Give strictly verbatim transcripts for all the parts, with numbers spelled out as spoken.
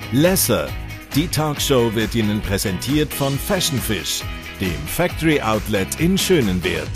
Lesser. Die Talkshow wird Ihnen präsentiert von Fashion Fish, dem Factory Outlet in Schönenwerd.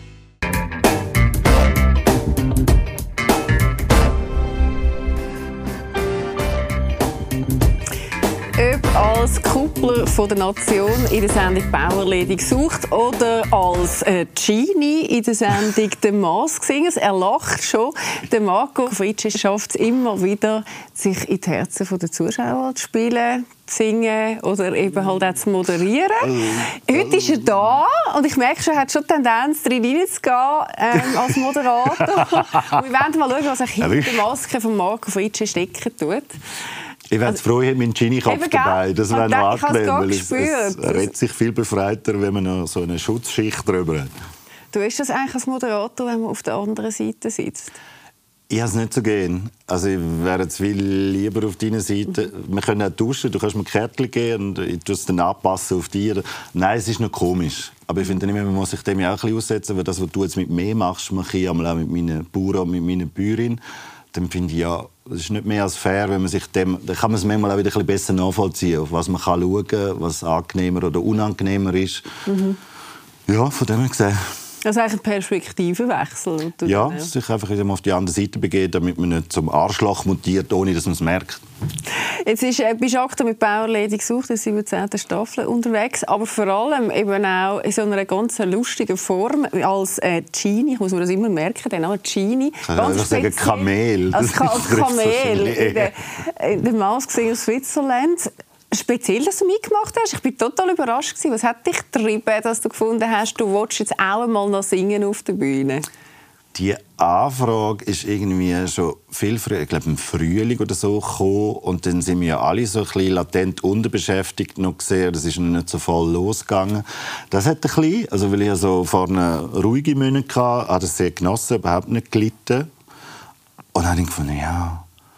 Ob als Kuppler von der Nation in der Sendung «Bauerledig sucht» oder als äh, Genie in der Sendung «The Mask Singers». Er lacht schon. Der Marco Fritschi schafft es immer wieder, sich in die Herzen der Zuschauer zu spielen, zu singen oder eben halt auch zu moderieren. Heute ist er da und ich merke schon, er hat schon die Tendenz, drin reinzugehen ähm, als Moderator. Und wir werden mal schauen, was er hinter der Maske von Marco Fritschi stecken tut. Ich wäre also, froh, ich hätte meinen Genie-Kopf dabei. Das wäre noch angenehm, weil es, es redet sich viel befreiter, wenn man noch so eine Schutzschicht drüber hat. Du weißt das eigentlich als Moderator, wenn man auf der anderen Seite sitzt? Ich habe es nicht so gern. Also ich wäre jetzt viel lieber auf deiner Seite. Wir können auch tauschen, du kannst mir Kärtchen geben und ich tue es dann anpassen auf dich. Nein, es ist noch komisch. Aber ich finde, man muss sich dem ja auch ein bisschen aussetzen, weil das, was du jetzt mit mir machst, mache ich auch mit meinen Bauern und mit meiner Bäuerin. Dann finde ich, ja, es ist nicht mehr als fair, wenn man sich dem, dann kann man es manchmal auch wieder ein bisschen besser nachvollziehen, auf was man kann schauen kann, was angenehmer oder unangenehmer ist. Mhm. Ja, von dem her gesehen. Also eigentlich ein Perspektivenwechsel. Ja, sich einfach auf die andere Seite begeben, damit man nicht zum Arschloch mutiert, ohne dass man es merkt. Jetzt ist, äh, bist du aktuell mit «Bauerledig gesucht», in der siebzehnten Staffel unterwegs, aber vor allem eben auch in so einer ganz lustigen Form als äh, Genie. Ich muss mir das immer merken, der Name Genie. Ich kann einfach sagen Kamel. Als, als Kamel in der, in der Mask Singers Switzerland. Speziell, dass du mitgemacht hast. Ich war total überrascht. Was hat dich getrieben, dass du gefunden hast, du willst jetzt auch einmal noch singen auf der Bühne? Die Anfrage ist irgendwie schon viel früher, ich glaube im Frühling oder so gekommen. Und dann sind wir ja alle so ein bisschen latent unterbeschäftigt noch gesehen. Das ist noch nicht so voll losgegangen. Das hat ein bisschen, also weil ich ja so vorne ruhige Monate hatte, habe das sehr genossen, überhaupt nicht gelitten. Und dann habe ich gefunden, ja.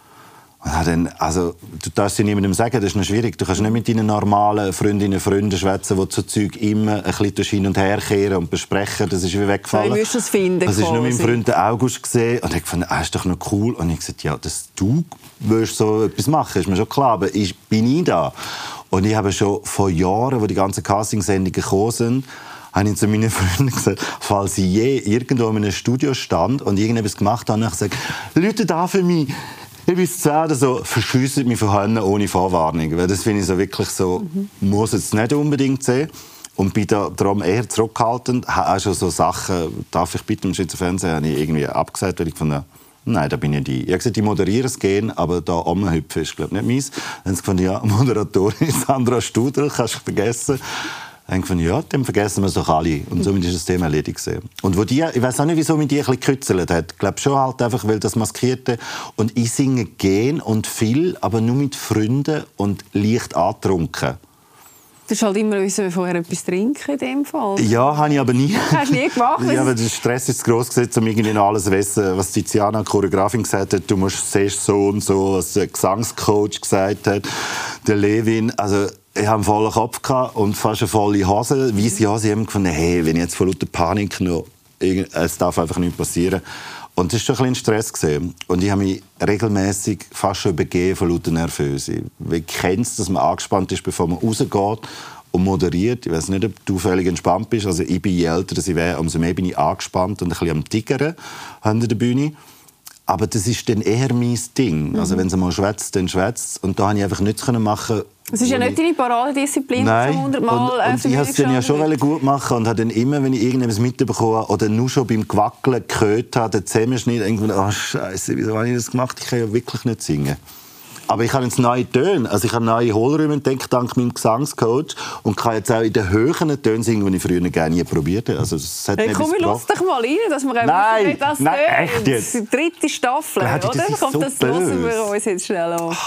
Dann, also, du darfst ja niemandem sagen, das ist noch schwierig. Du kannst nicht mit deinen normalen Freundinnen und Freunden schwätzen, die zu Zeug immer ein bisschen hin und her kehren und besprechen. Das ist wie weggefallen. Du musst das finden. Das ist nur mein Freund August gesehen und ich fand, ah, ist doch noch cool. Und ich gesagt, ja, dass du willst so etwas machen, ist mir schon klar, aber ich bin ich da. Und ich habe schon vor Jahren, wo die ganzen Castingsendungen gekommen sind, habe ich zu meinen Freunden gesagt, falls ich je irgendwo in einem Studio stand und irgendetwas gemacht habe, habe ich gesagt, Leute da für mich. Ich bis zehn oder so, verschiessen mich von Hause ohne Vorwarnung. Weil das finde ich so wirklich so, mhm. muss jetzt nicht unbedingt sehen. Und bin da darum eher zurückhaltend. Auch schon so Sachen, darf ich bitte im Schweizer Fernsehen, habe ich irgendwie abgesagt, weil ich fand, nein, da bin ich die. Ich habe gesagt, ich moderiere es gerne, aber da rumhüpfen ist, glaube ich, nicht meins. Dann haben sie gefunden, ja, Moderatorin Sandra Studel, kannst du vergessen. Dann habe ich gedacht, ja, dann vergessen wir es doch alle. Und somit ist das Thema erledigt gewesen. Und wo die, ich weiß auch nicht, wieso mich die ein bisschen gekützelt hat. Ich glaube schon halt einfach, weil das Maskierte. Und ich singe gern und viel, aber nur mit Freunden und leicht angetrunken. Du hast halt immer vorher etwas trinken in dem Fall. Ja, habe ich aber nie. Hast du nie gemacht? Ja, aber der Stress ist zu gross gesetzt, um irgendwie noch alles zu wissen, was Tiziana, Choreografin, gesagt hat. Du musst siehst so und so, was der Gesangscoach gesagt hat, der Levin. Also ich hatte einen vollen Kopf und fast eine volle Hose, weisse Hose. Ich habe gefunden, hey, wenn ich jetzt vor lauter Panik noch, es darf einfach nicht passieren. Und das war schon ein bisschen Stress gewesen. Und ich habe mich regelmäßig fast schon übergeben von lauter Nervöse. Ich kenne es, dass man angespannt ist, bevor man rausgeht und moderiert. Ich weiß nicht, ob du völlig entspannt bist. Also ich bin, je älter ich wäre, umso mehr bin ich angespannt und ein bisschen am Tiggern hinter der Bühne. Aber das ist dann eher mein Ding. Mhm. Also wenn es mal schwätzt, dann schwätzt. Und da konnte ich einfach nichts machen. Es ist ja nicht deine Paradedisziplin, so hundertmal. Und, und ich wollte es dann ja schon gut machen und habe dann immer, wenn ich irgendetwas mitbekommen oder nur schon beim Gewackeln gehört habe, den Zusammenschnitt, irgendwie, oh Scheiße, wieso habe ich das gemacht? Ich kann ja wirklich nicht singen. Aber ich habe jetzt neue Töne. Also ich habe neue Hohlräume entdeckt, dank meinem Gesangscoach. Und kann jetzt auch in den höheren Tönen singen, die ich früher gerne nie probiert habe. Also das hat hey, komm, lass dich mal rein, dass wir nein, wissen, das nein, echt jetzt? Die dritte Staffel, ja, oder? Das, Kommt, so das lassen wir uns jetzt schnell an.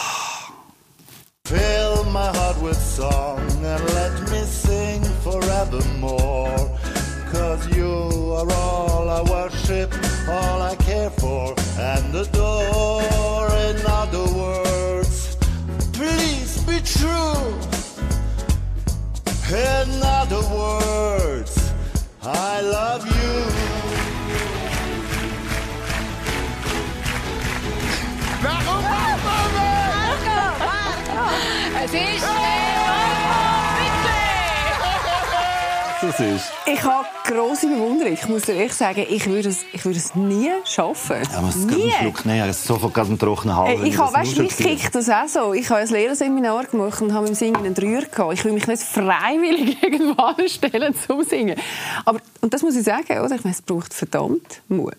Fill my heart with song and let me sing forevermore. Cause you are all I worship, all I care for and adore. In other words, please be true. In other words, I love you. Es ist Das ist. Ich habe grosse Bewunderung. Ich muss dir echt sagen, ich würde es, ich würde es nie schaffen. Ja, man muss nie. einen Schluck nehmen, sofort gerade einen trockenen Hals. Hey, ich habe, weißt du, mich kickt das auch so. Ich habe ein Lehrerseminar gemacht und habe im Singen einen Dreier gehabt. Ich will mich nicht freiwillig irgendwo anstellen zum Singen. Aber, und das muss ich sagen, oder? Ich meine, es braucht verdammt Mut,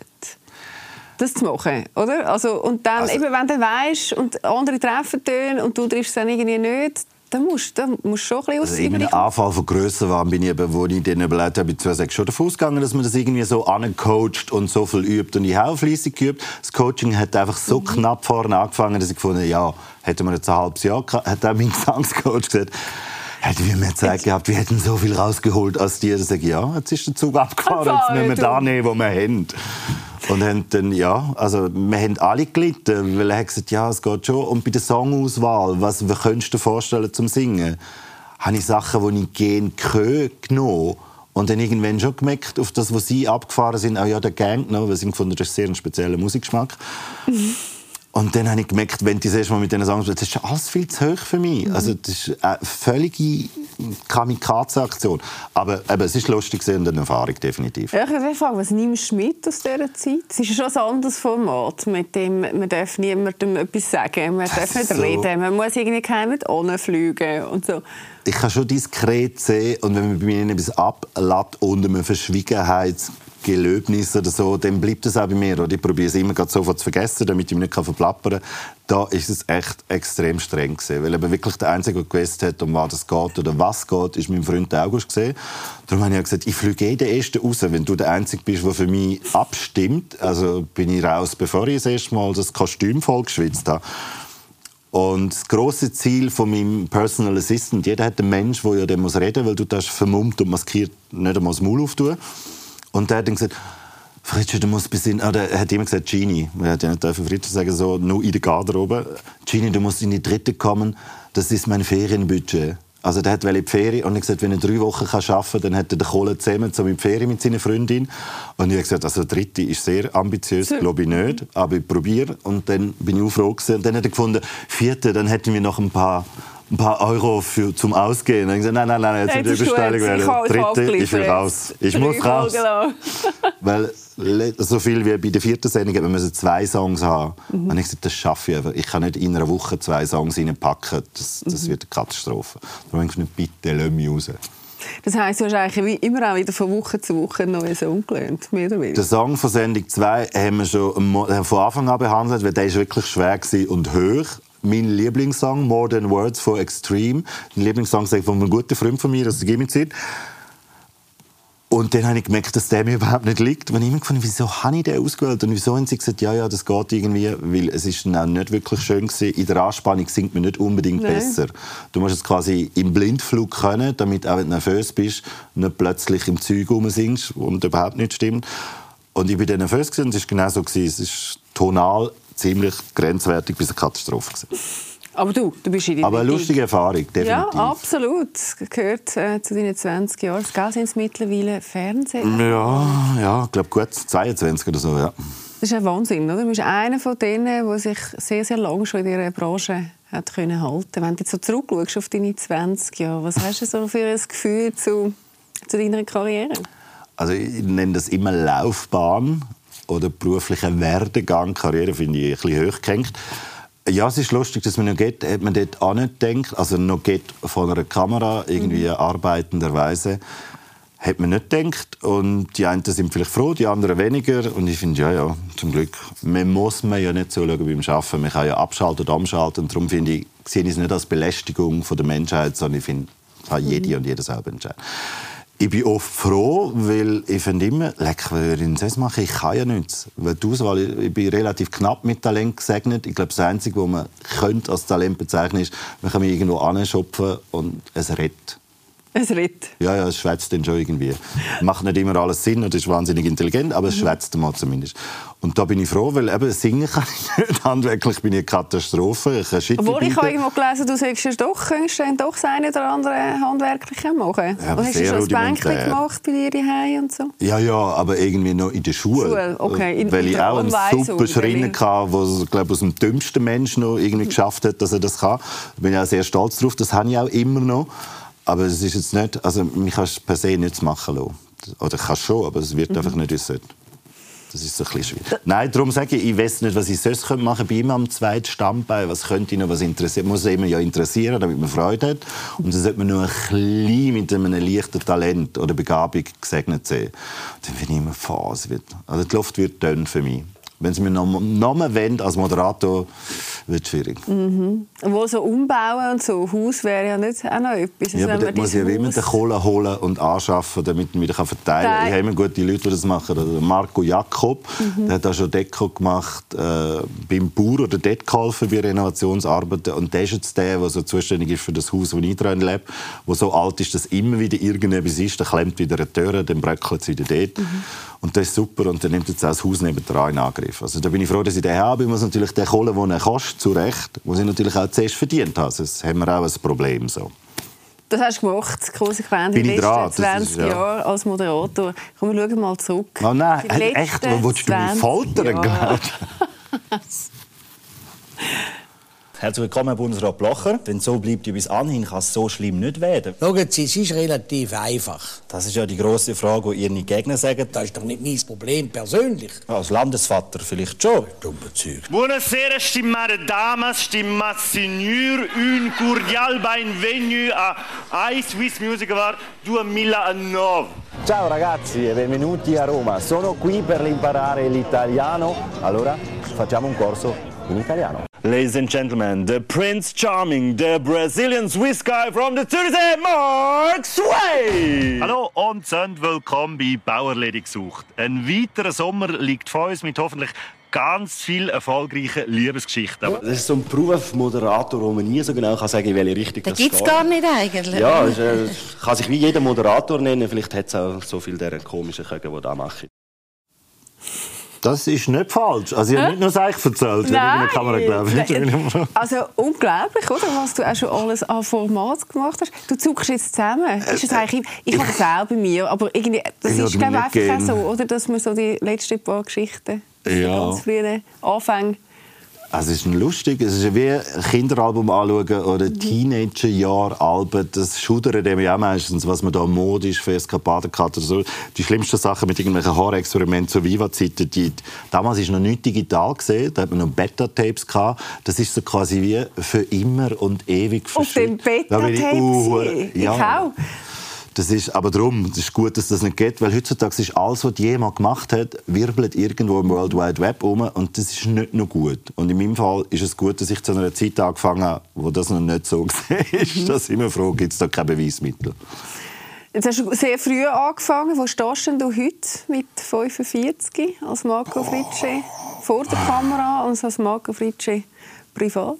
das zu machen, oder? Also, und dann, Also, eben, wenn du weisst und andere treffen Töne und du triffst es dann irgendwie nicht, dann musst du musst schon ein bisschen also aus in einem Anfall von Grössenwahn bin ich eben, wo ich dann überlegt habe, ich schon davon ausgegangen, dass man das irgendwie so angecoacht und so viel übt. Und ich habe auch fleissig geübt. Das Coaching hat einfach so mhm. knapp vorne angefangen, dass ich gefunden habe, ja, hätten wir jetzt ein halbes Jahr gehabt, hat auch mein Gesangscoach gesagt, hätte wir mehr Zeit gehabt, wir hätten so viel rausgeholt als die. Da sage ich, ja, jetzt ist der Zug abgefahren, jetzt müssen wir da nehmen, wo wir haben. Und haben dann, ja, also wir haben alle gelitten, weil er hat gesagt, ja, es geht schon. Und bei der Songauswahl, was was könntest du dir vorstellen zum Singen, habe ich Sachen, die ich gehen Kö genommen und dann irgendwann schon gemerkt, auf das, was sie abgefahren sind, auch ja, der Gang genommen, weil sie gefunden, das ist sehr ein spezieller Musikgeschmack. Mhm. Und dann habe ich gemerkt, wenn ich das erste Mal mit diesen Songs spiele, das ist alles viel zu hoch für mich. Mhm. Also das ist eine völlige Kamikaze-Aktion. Aber eben, es ist lustig und eine Erfahrung, definitiv. Ja, ich würde fragen, was nimmst du mit aus dieser Zeit? Es ist schon ein anderes Format, mit dem man darf niemandem etwas sagen, man darf nicht so reden, man muss irgendwie keinem mit fliegen und so. Ich kann schon diskret sehen, und wenn man bei mir etwas ablässt unter einer Verschwiegenheitsgelöbnis oder so, dann bleibt es auch bei mir. Oder ich probiere es immer sofort zu vergessen, damit ich mich nicht verplappern kann. Da ist es echt extrem streng gewesen, weil eben wirklich der Einzige, der gewusst hat, um was es geht oder was geht, ist mein Freund August gewesen. Darum habe ich gesagt, ich fliege jeden Ersten raus, wenn du der Einzige bist, der für mich abstimmt. Also bin ich raus, bevor ich das erste Mal das Kostüm voll geschwitzt habe. Und das grosse Ziel von meinem Personal Assistant, jeder hat einen Mensch, der ja reden muss, weil du das vermummt und maskiert nicht einmal das Maul auftun. Und der hat dann gesagt, Fritsche, du musst besinnen. Ah, er hat immer gesagt, Gini. Er hat ja nicht Fritsche sagen, so nur in der Garderobe. Gini, du musst in die dritte kommen. Das ist mein Ferienbudget. Also der hat in die Ferien und ich gesagt, wenn er drei Wochen arbeiten kann, dann hat er den Kohle zusammen so mit die Ferien mit seiner Freundin. Und ich habe gesagt, also der dritte ist sehr ambitiös, glaube ich nicht, aber ich probiere. Und dann bin ich auch froh gewesen. Und dann hat er gefunden, vierte, dann hätten wir noch ein paar ein paar Euro für, zum Ausgehen. Dann habe ich gesagt, nein, nein, nein, jetzt wird Überstellung werden. Dritte, ich will raus. Ich muss raus. Weil so viel wie bei der vierten Sendung, wir müssen zwei Songs haben. Mhm. Und ich gesagt, das schaffe ich einfach. Ich kann nicht in einer Woche zwei Songs reinpacken. Das, das mhm. wird eine Katastrophe. Darum habe ich gesagt, bitte, lass mich raus. Das heisst, du hast eigentlich immer auch wieder von Woche zu Woche einen neuen Song gelernt, mehr oder weniger? Den Song von Sendung zwei haben wir schon von Anfang an behandelt, weil der war wirklich schwer und hoch. Mein Lieblingssong, «More Than Words» von Extreme. Mein Lieblingssong ist von einem guten Freund von mir, das ist «Gimme-Zeit». Und dann habe ich gemerkt, dass der mir überhaupt nicht liegt. Und ich habe immer gefunden, wieso habe ich den ausgewählt? Und wieso haben sie gesagt, ja, ja, das geht irgendwie. Weil es ist dann auch nicht wirklich schön gewesen. In der Anspannung singt man nicht unbedingt Nein. besser. Du musst es quasi im Blindflug können, damit auch wenn du nervös bist, nicht plötzlich im Zeug rumsingst und überhaupt nicht stimmt. Und ich war dann nervös und es war genau so. Es ist tonal ziemlich grenzwertig bis eine Katastrophe gewesen. Aber du, du bist in die Aber eine lustige Erfahrung, definitiv. Ja, absolut. Das gehört äh, zu deinen zwanzig Jahren. Das sind es mittlerweile Fernsehen? Ja, ja, ich glaube gut zweiundzwanzig oder so, ja. Das ist ein Wahnsinn, oder? Du bist einer von denen, der sich sehr, sehr lange schon in dieser Branche hat können halten. Wenn du jetzt so zurückschaust auf deine zwanzig Jahre, was hast du so für ein Gefühl zu, zu deiner Karriere? Also ich nenne das immer Laufbahn oder beruflicher Werdegang. Karriere finde ich ein bisschen hochgehängt. Ja, es ist lustig, dass man noch geht, hat man dort auch nicht gedacht, also noch geht von einer Kamera, irgendwie mhm. arbeitenderweise, hat man nicht gedacht. Und die einen sind vielleicht froh, die anderen weniger. Und ich finde, ja, ja, zum Glück, man muss man ja nicht zuschauen beim Arbeiten. Man kann ja abschalten oder umschalten. Und darum finde ich, sehe ich es nicht als Belästigung von der Menschheit, sondern ich finde, das kann jede und jeder selber entscheiden. Ich bin oft froh, weil ich finde immer, leck, wenn ich das mache, ich kann ja nichts. Weil die Auswahl, ich bin relativ knapp mit Talent gesegnet. Ich glaube, das Einzige, was man könnte als Talent bezeichnen könnte, ist, man kann mich irgendwo anschopfen und es rettet. Es redet. Ja, ja, es schwätzt dann schon irgendwie. Macht nicht immer alles Sinn und ist wahnsinnig intelligent, aber es Mhm. schwätzt mal zumindest. Und da bin ich froh, weil eben singen kann ich nicht. Handwerklich bin ich eine Katastrophe. Ich kann Shit Obwohl ich bieten. habe irgendwo gelesen, du sagst ja doch, könntest du doch das eine oder andere Handwerkliche machen. Ja, aber und hast du sehr schon ein Bänkchen rudimentär. gemacht bei dir daheim und so? Ja, ja, aber irgendwie noch in der Schule. Schule, okay. In- Weil in ich der auch einen Umweisung, super Schreiner oder hatte, der glaube aus dem dümmsten Mensch noch irgendwie geschafft hat, dass er das kann. Da bin ich auch sehr stolz drauf. Das habe ich auch immer noch. Aber es ist jetzt nicht, also mich kannst du per se nichts machen lassen. Oder ich kann schon, aber es wird Mhm. einfach nicht, wie es sollte. Das ist so ein bisschen schwierig. Nein, darum sage ich, ich weiß nicht, was ich sonst machen könnte. Bei ihm am zweiten Standbein, was könnte ihn noch was interessieren? Muss immer ja interessieren, damit man Freude hat. Und dann sollte man nur ein bisschen mit einem leichten Talent oder Begabung gesegnet sein. Dann bin ich immer Phase. Also die Luft wird dünn für mich. Wenn sie mir noch, noch mehr wollen als Moderator, wird es schwierig. Mhm. Wo so umbauen und so, Haus wäre ja nicht auch noch etwas. Ja, aber wenn dort man muss ich dieses immer den Kohle holen und anschaffen, damit man wieder verteilen kann. Nein. Ich habe immer gute Leute, die das machen. Also Marco Jakob, Mhm. der hat auch schon Deko gemacht äh, beim Bauer oder dort geholfen bei Renovationsarbeiten. Und der ist jetzt der, der so zuständig ist für das Haus, wo ich drin lebe, wo so alt ist, dass immer wieder irgendetwas ist. Dann klemmt wieder eine Tür, dann bröckelt es wieder dort. Mhm. Und das ist super. Und dann nimmt jetzt auch das Haus nebenan in Angriff. Also da bin ich froh, dass ich den habe. Ich muss natürlich den Kohle, den er kostet, zu Recht, muss ich natürlich auch zuerst verdient haben. Das haben wir auch ein Problem. So. Das hast du gemacht, konsequent in Bin den ich letzten dran? Das zwanzig ist, ja. Jahren als Moderator. Komm, wir schauen mal zurück. Oh nein, Die echt? letzten Willst du mich zwanzig foltern? Jahre. Herzlich willkommen, Bundesrat Blocher. Wenn es so bleibt wie bis anhin, kann es so schlimm nicht werden. Schauen Sie, es ist relativ einfach. Das ist ja die grosse Frage, die Ihre Gegner sagen. Das ist doch nicht mein Problem persönlich. Ja, als Landesvater vielleicht schon. Dummer Zeug. Buonasera, stimate damas, stimate signor, un cordial benvenuto a iSwiss Music Award duemilanove. Ciao ragazzi e benvenuti a Roma. Sono qui per imparare l'italiano. Allora, facciamo un corso in italiano. Ladies and gentlemen, the Prince Charming, the Brazilian Swiss guy from the Zürichsee, Mark Sway! Hallo und sind willkommen bei Bauerledig gesucht. Ein weiterer Sommer liegt vor uns mit hoffentlich ganz viel erfolgreichen Liebesgeschichten. Das ist so ein Beruf Moderator, wo man nie so genau kann sagen kann, in welche Richtung Da das gibt es geht. gar nicht eigentlich. Ja, es äh, kann sich wie jeder Moderator nennen. Vielleicht hat es auch so viele dieser komischen Köge, die das machen. Das ist nicht falsch. Also ich habe nicht nur Seich erzählt, wenn Nein. in der Kamera glaube. Also unglaublich, oder? Was du auch schon alles an Format gemacht hast. Du zuckst jetzt zusammen. Ist das eigentlich, ich habe das auch bei mir, aber irgendwie, das Ich ist habe glaube mich einfach nicht auch gern. so, oder? Dass man so die letzten paar Geschichten, die Ja. ganz frühen Anfänge. Also es ist lustig, es ist wie ein Kinderalbum anschauen oder Mhm. Teenager-Jahr-Alben. Das schudern dem ja auch meistens, was man da modisch für Eskapaden hat oder so. Die schlimmsten Sachen mit irgendwelchen Haarexperimenten zur Viva-Zeiten, die damals war noch nicht digital gesehen, da hat man noch Beta-Tapes gehabt. Das ist so quasi wie für immer und ewig Auf dem verschüttet. Da bin ich, Beta-Tape uh, sein. ja. Ich auch. Das ist aber darum, es ist gut, dass das nicht geht, weil heutzutage ist alles, was jemand gemacht hat, wirbelt irgendwo im World Wide Web um und das ist nicht noch gut. Und in meinem Fall ist es gut, dass ich zu einer Zeit angefangen habe, wo das noch nicht so gesehen ist. Da sind wir froh, gibt es da kein Beweismittel. Jetzt hast du sehr früh angefangen. Wo stehst denn du heute mit fünfundvierzig als Marco Fritsche vor der Kamera und als Marco Fritsche privat?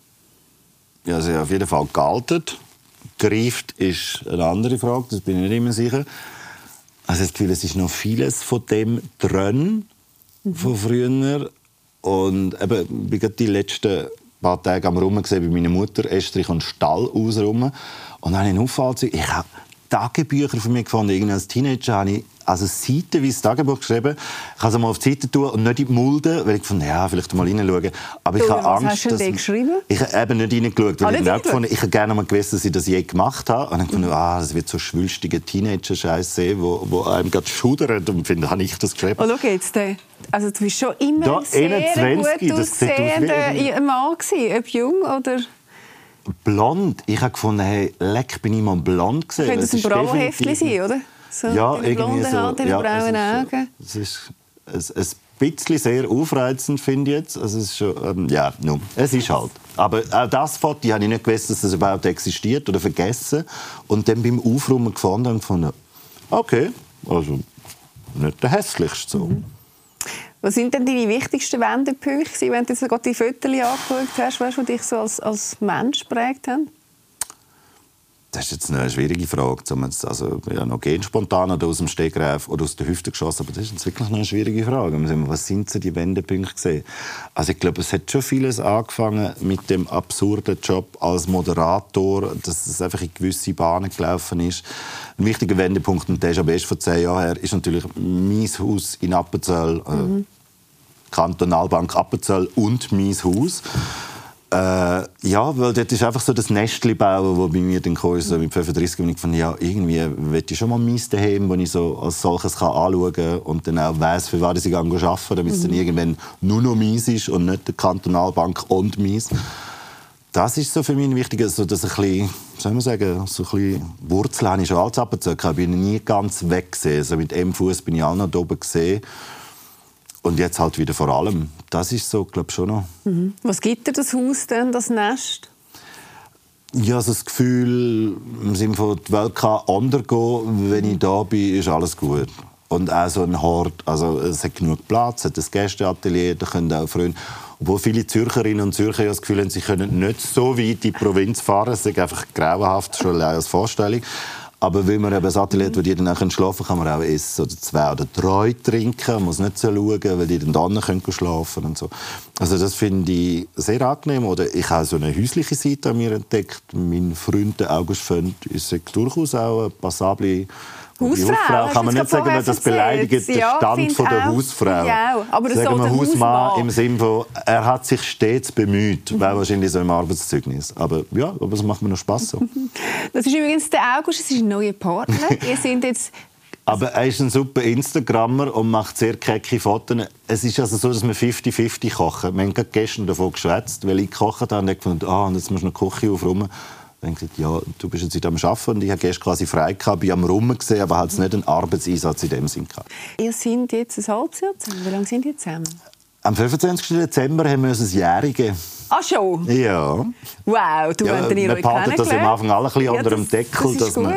Ja, also auf jeden Fall gealtert. Gereift ist eine andere Frage, das bin ich nicht immer sicher. Also das Gefühl, es ist noch vieles von dem drin, mhm. von früher. Und eben, ich bin gerade die letzten paar Tage am Rum gesehen bei meiner Mutter, Estrich und Stall ausrum. Und dann habe ich einen Auffall, ich habe Tagebücher von mir gefunden. Irgendwie als Teenager habe ich also seitenweise Tagebuch geschrieben. Ich habe es mal auf die Seite tun und nicht in die Mulde, weil ich fand, ja, vielleicht mal reinschauen. Aber ich Du, habe was Angst, hast du denn dass... geschrieben? Ich habe eben nicht reingeschaut, weil Ah, ich, nicht nicht gefunden, ich habe gerne mal gewusst, dass ich das je gemacht habe. Und dann fand ich, ah, das wird so schwülstige Teenager-Scheiße, wo, wo einem gerade schudert. Und finde, habe ich das geschrieben. Oh, schau jetzt. äh, Also du bist schon immer Da, ein sehr einundzwanzig, gut das sieht aus wie aussehender ein- Mann gewesen. Ob jung oder... Blond. Ich habe gefunden, hey, leck, bin ich mal blond gewesen. Könnte es ein ist Bravo-Heftchen definitiv- sein, oder? So, Ja, deine irgendwie blonden so. Haare, deine Ja, braunen Augen. es ist, es ist ein bisschen sehr aufreizend, finde ich jetzt. Also es ist schon, ähm, ja, no, es ist halt. Aber auch das Foto habe ich nicht gewusst, dass das überhaupt existiert oder vergessen. Und dann beim Aufräumen gefunden und gefunden, okay, also nicht der hässlichste so. Mhm. Was sind denn deine wichtigsten Wendepunkte, wenn du jetzt gerade die Fotos angeschaut hast, weißt, die dich so als, als Mensch geprägt haben? Das ist jetzt eine schwierige Frage. Also, ja, noch gehen spontan oder aus dem Stegreif oder aus der Hüfte geschossen. Aber das ist jetzt wirklich eine schwierige Frage. Was sind so die Wendepunkte gesehen? Also ich glaube, es hat schon vieles angefangen mit dem absurden Job als Moderator, dass es einfach in gewisse Bahnen gelaufen ist. Ein wichtiger Wendepunkt, und der ist aber erst vor zehn Jahren her, ist natürlich mein Haus in Appenzell, mhm. äh, Kantonalbank Appenzell und mein Haus. Äh, ja, weil dort ist einfach so das Nestchen bauen, das bei mir dann kam, so mit fünfunddreißig, und ich fand, ja, irgendwie will ich schon mal meins daheim, wo ich so als solches kann anschauen kann und dann auch weiss, für was ich arbeiten kann, damit es mhm. dann irgendwann nur noch meins ist und nicht die Kantonalbank und meins. Das ist so für mich wichtig, also, dass ich ein bisschen, soll man sagen, so ein bisschen Wurzeln habe ich schon alles abgezogen. Ich bin nie ganz weg gesehen. Also mit einem Fuß bin ich auch noch oben gesehen. Und jetzt halt wieder vor allem. Das ist so, glaube ich, schon noch. Mhm. Was gibt dir das Haus denn, das Nest? Ja, also das Gefühl, im Sinne von, die Welt kann untergehen, wenn ich da bin, ist alles gut. Und auch so ein Hort, also es hat genug Platz, es hat ein Gästeatelier, da können auch Freunde. Obwohl viele Zürcherinnen und Zürcher ja das Gefühl haben, sie können nicht so weit in die Provinz fahren, das ist einfach grauenhaft, schon allein als Vorstellung. Aber wenn man eben ein Atelier hat, wo die dann schlafen können, kann man auch essen oder zwei oder drei trinken. Man muss nicht so schauen, weil die dann dann können schlafen und so. Also das finde ich sehr angenehm. Oder ich habe so eine häusliche Seite an mir entdeckt. Mein Freund, der August Fönd, ist durchaus auch eine passable Hausfrau. Hausfrau. Kann man nicht sagen, dass das beleidigt den ja, Stand von der auch, Hausfrau. Ja, aber das sagen wir Hausmann, Hausmann im Sinne von, er hat sich stets bemüht. Mhm. Wäre wahrscheinlich so im Arbeitszeugnis. Aber ja, aber das macht mir noch Spass so. Das ist übrigens der August, das ist ein neuer Partner. Ihr seid jetzt... Aber er ist ein super Instagrammer und macht sehr kecke Fotos. Es ist also so, dass wir fünfzig fünfzig kochen. Wir haben gerade gestern davon geschwätzt, weil ich gekocht habe und ich gefunden, ah, und jetzt musst du noch die Küche aufräumen. Dann habe ich gesagt, ja, du bist jetzt am Arbeiten und ich habe gestern quasi frei gehabt, bin am Rummen gesehen, aber halt nicht einen Arbeitseinsatz in dem Sinn gehabt. Ihr seid jetzt ein halbes Jahr zusammen. Wie lange sind ihr zusammen? Am fünfundzwanzigsten Dezember haben wir uns ein Jährige. Ah, schon? Ja. Wow, du ja, habt ihr euch kennengelernt? Das am Anfang alle ein bisschen ja, unter das, dem Deckel. Das ist gut. Man,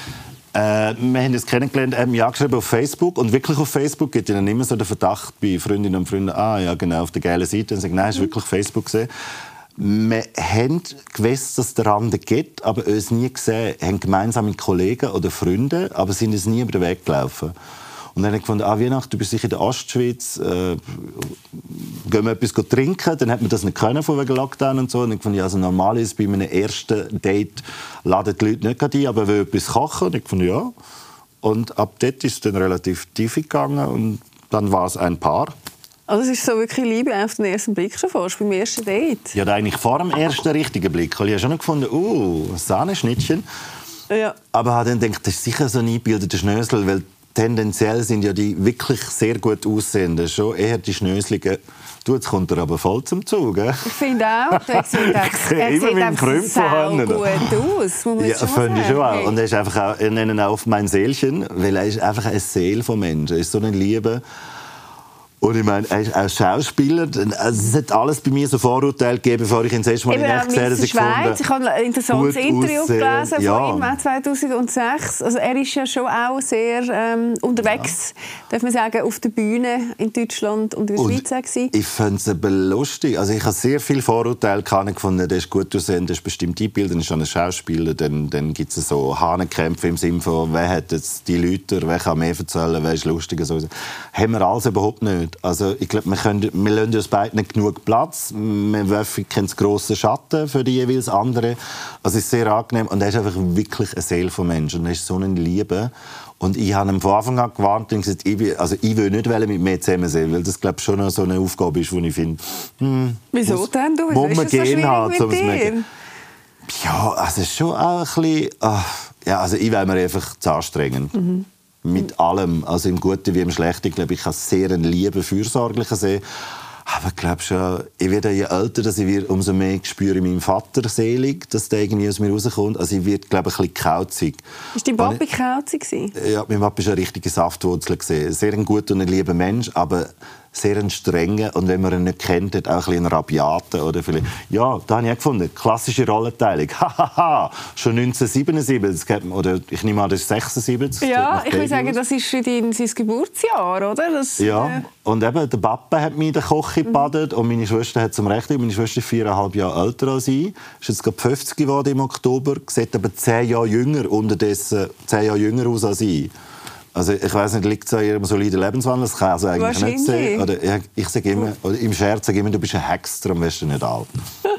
äh, wir haben uns kennengelernt, haben ja geschrieben auf Facebook. Und wirklich auf Facebook gibt es dann immer so den Verdacht bei Freundinnen und Freunden, ah ja, genau, auf der geilen Seite. Und sagen, nein, es war wirklich Facebook gesehen. Wir haben gewusst, dass es den Rand gibt, aber uns nie gesehen. Wir haben gemeinsam mit Kollegen oder Freunden, aber sind uns nie über den Weg gelaufen. Und dann habe ich gefunden, ah, Weihnachten, du bist sicher in der Ostschweiz, äh, gehen wir etwas trinken. Dann hat man das nicht können, von wegen Lockdown und so. Und ich fand, ja, also normal ist, bei einem ersten Date laden die Leute nicht ein, aber wollen etwas kochen. Und ich fand, ja. Und ab dort ist es dann relativ tief gegangen und dann war es ein Paar. Also es ist so wirklich Liebe auf den ersten Blick schon fast, beim ersten Date? Ja, eigentlich vor dem ersten richtigen Blick. Ich habe schon noch gefunden, uh, Sahneschnittchen. Ja. Aber habe dann gedacht, das ist sicher so ein eingebildeter Schnösel, weil tendenziell sind ja die wirklich sehr gut aussehenden schon eher die Schnöseligen. Du, jetzt kommt er aber voll zum Zug. Äh? Ich finde auch, er sieht, er immer sieht einfach sau gut aus. Ja, finde ich schon auch. Und er ist einfach auch, ich nenne ihn auch mein Seelchen, weil er ist einfach eine Seele von Menschen. Er ist so eine Liebe. Und ich meine, er ist auch Schauspieler. Also es hat alles bei mir so Vorurteile gegeben, bevor ich ihn das erste Mal in echt gesehen habe. Ich habe ein interessantes Interview aussehen. gelesen ja. von ihm zweitausendsechs. Also er ist ja schon auch sehr ähm, unterwegs, ja. darf man sagen, auf der Bühne in Deutschland und in der Schweiz gewesen. Ich finde es aber lustig. Also ich habe sehr viele Vorurteile gefunden. Der ist gut aussehen, der ist bestimmt eingebildet, der ist ein Schauspieler. Dann, dann gibt es so Hahnenkämpfe im Sinne von, wer hat jetzt die Leute, wer kann mehr erzählen, wer ist lustiger. So. Haben wir alles überhaupt nicht. Also ich glaube, wir, können, wir lassen uns beiden nicht genug Platz. Wir werfen keinen grossen Schatten für die jeweils andere. Also es ist sehr angenehm. Und er ist einfach wirklich eine Seele von Menschen. Und er ist so eine Liebe. Und ich habe ihm von Anfang an gewarnt und gesagt, ich will, also ich will nicht mit mir zusammen sein, weil das glaube ich schon so eine Aufgabe ist, die ich finde, hm, wieso muss, denn? Du, muss man ist das so gehen haben, mit dir? Ja, also schon auch ein bisschen, ach, ja, also ich wäre mir einfach zu anstrengend. Mhm. Mit allem, also im Guten wie im Schlechten. Ich glaube, ich habe sehr einen lieben, fürsorglichen See. Aber ich glaube schon, ich werde je älter dass ich werde, umso mehr spüre ich meinen Vater selig, dass der irgendwie aus mir rauskommt. Also ich werde, glaube ich, ein bisschen kauzig. War dein Papi kauzig? Ja, mein Papa war eine richtige Saftwurzel. Sehr ein guter und ein lieber Mensch, aber sehr ein strenger und wenn man ihn nicht kennt, hat auch ein bisschen einen rabiaten oder vielleicht. Ja, da habe ich auch gefunden, klassische Rollenteilung. Hahaha, schon neunzehnhundertsiebenundsiebzig oder ich nehme an, das ist sechsundsiebzig. Ja, ich würde sagen, das ist dein, sein Geburtsjahr, oder? Das, ja, äh... und eben der Papa hat mich in der Küche gebadet mhm. und meine Schwester hat zum Recht, meine Schwester ist viereinhalb Jahre älter als ich, ist jetzt gerade fünfzig geworden im Oktober, sieht aber zehn Jahre jünger, unterdessen zehn Jahre jünger aus als ich. Also ich weiss nicht, liegt es an ihrem soliden Lebenswandel? Das kann also eigentlich nicht sein. Oder ich, ich sage immer, oder im Scherz sage ich immer, du bist ein Hex, darum wirst du nicht alt.